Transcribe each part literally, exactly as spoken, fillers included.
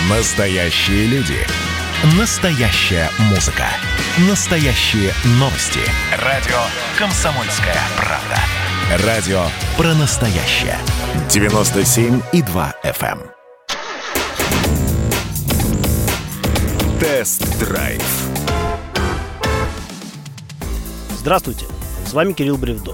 Настоящие люди. Настоящая музыка. Настоящие новости. Радио «Комсомольская правда». Радио про настоящее. девяносто семь и два эф эм. Тест-драйв. Здравствуйте, с вами Кирилл Бревдо.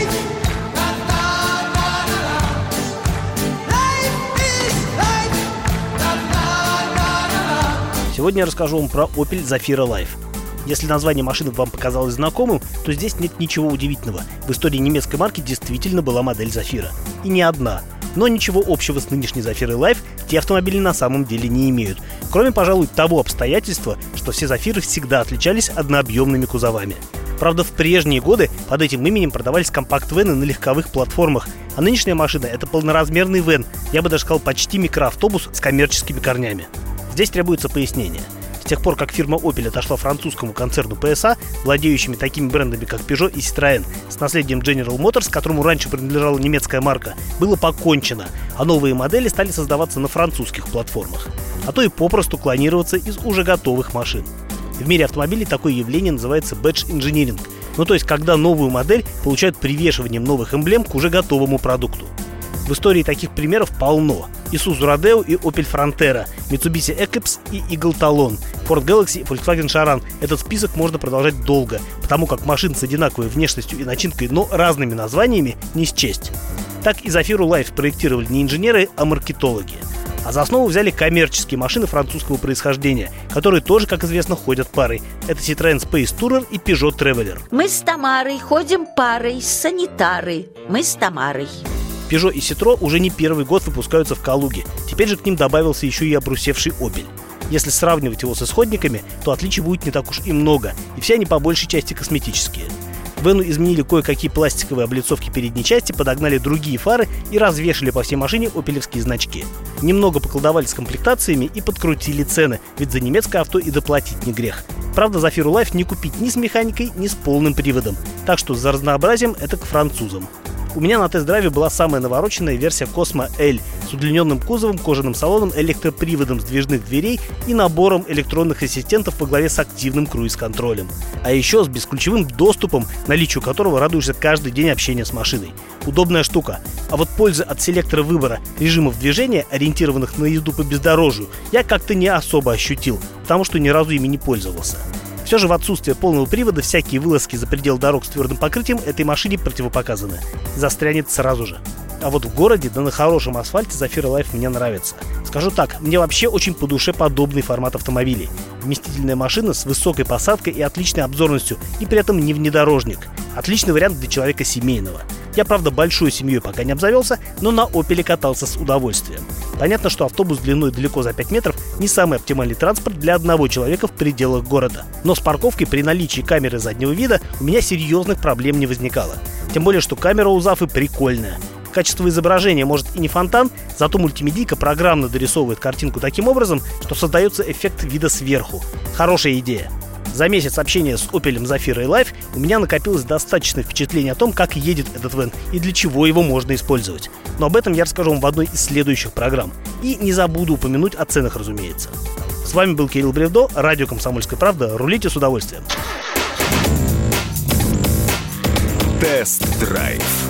Сегодня я расскажу вам про Opel Zafira Life. Если название машины вам показалось знакомым, то здесь нет ничего удивительного. В истории немецкой марки действительно была модель Zafira. И не одна. Но ничего общего с нынешней Zafira Life те автомобили на самом деле не имеют. Кроме, пожалуй, того обстоятельства, что все Zafira всегда отличались однообъемными кузовами. Правда, в прежние годы под этим именем продавались компакт-вены на легковых платформах, а нынешняя машина — это полноразмерный вен, я бы даже сказал, почти микроавтобус с коммерческими корнями. Здесь требуется пояснение. С тех пор, как фирма Opel отошла французскому концерну пэ эс а, владеющими такими брендами, как Peugeot и Citroën, с наследием General Motors, которому раньше принадлежала немецкая марка, было покончено, а новые модели стали создаваться на французских платформах, а то и попросту клонироваться из уже готовых машин. В мире автомобилей такое явление называется badge engineering, ну то есть когда новую модель получают привешиванием новых эмблем к уже готовому продукту. В истории таких примеров полно. Isuzu Rodeo и Opel Frontera, Mitsubishi Eclipse и Eagle Talon, Ford Galaxy и Volkswagen Charan. Этот список можно продолжать долго, потому как машин с одинаковой внешностью и начинкой, но разными названиями не счесть. Так и Zafira Life проектировали не инженеры, а маркетологи. А за основу взяли коммерческие машины французского происхождения, которые тоже, как известно, ходят парой. Это Citroën Space Tourer и Peugeot Traveller. Мы с Тамарой ходим парой, санитары. Мы с Тамарой. Peugeot и Citroën уже не первый год выпускаются в Калуге. Теперь же к ним добавился еще и обрусевший Opel. Если сравнивать его с исходниками, то отличий будет не так уж и много, и все они по большей части косметические. Вену изменили кое-какие пластиковые облицовки передней части, подогнали другие фары и развешали по всей машине опелевские значки. Немного поколдовали с комплектациями и подкрутили цены, ведь за немецкое авто и доплатить не грех. Правда, Zafira Life не купить ни с механикой, ни с полным приводом, так что за разнообразием это к французам. У меня на тест-драйве была самая навороченная версия Cosmo L с удлиненным кузовом, кожаным салоном, электроприводом сдвижных дверей и набором электронных ассистентов во главе с активным круиз-контролем. А еще с бесключевым доступом, наличию которого радуешься каждый день общения с машиной. Удобная штука. А вот пользы от селектора выбора режимов движения, ориентированных на езду по бездорожью, я как-то не особо ощутил, потому что ни разу ими не пользовался. Все же в отсутствие полного привода всякие вылазки за пределы дорог с твердым покрытием этой машине противопоказаны. Застрянет сразу же. А вот в городе, да на хорошем асфальте, Zafira Life мне нравится. Скажу так, мне вообще очень по душе подобный формат автомобилей. Вместительная машина с высокой посадкой и отличной обзорностью, и при этом не внедорожник. Отличный вариант для человека семейного. Я, правда, большой семьей пока не обзавелся, но на Opel катался с удовольствием. Понятно, что автобус длиной далеко за пять метров не самый оптимальный транспорт для одного человека в пределах города. Но с парковкой при наличии камеры заднего вида у меня серьезных проблем не возникало. Тем более, что камера у Зафы прикольная. Качество изображения может и не фонтан, зато мультимедийка программно дорисовывает картинку таким образом, что создается эффект вида сверху. Хорошая идея. За месяц общения с Opel Zafira Life у меня накопилось достаточно впечатлений о том, как едет этот вен и для чего его можно использовать. Но об этом я расскажу вам в одной из следующих программ. И не забуду упомянуть о ценах, разумеется. С вами был Кирилл Бревдо, радио «Комсомольская правда». Рулите с удовольствием. Тест-драйв.